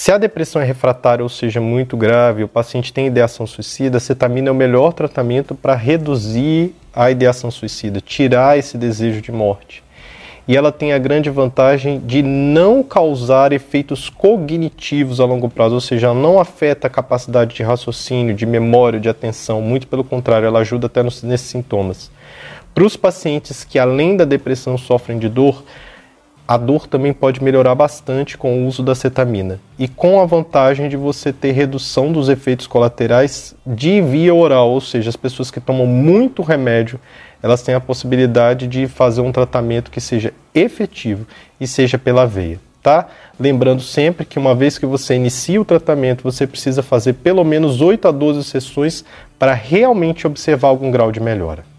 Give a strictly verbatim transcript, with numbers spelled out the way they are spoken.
Se a depressão é refratária, ou seja, muito grave, o paciente tem ideação suicida, a cetamina é o melhor tratamento para reduzir a ideação suicida, tirar esse desejo de morte. E ela tem a grande vantagem de não causar efeitos cognitivos a longo prazo, ou seja, ela não afeta a capacidade de raciocínio, de memória, de atenção, muito pelo contrário, ela ajuda até nos, nesses sintomas. Para os pacientes que além da depressão sofrem de dor, a dor também pode melhorar bastante com o uso da cetamina. E com a vantagem de você ter redução dos efeitos colaterais de via oral, ou seja, as pessoas que tomam muito remédio, elas têm a possibilidade de fazer um tratamento que seja efetivo e seja pela veia, tá? Lembrando sempre que uma vez que você inicia o tratamento, você precisa fazer pelo menos oito a doze sessões para realmente observar algum grau de melhora.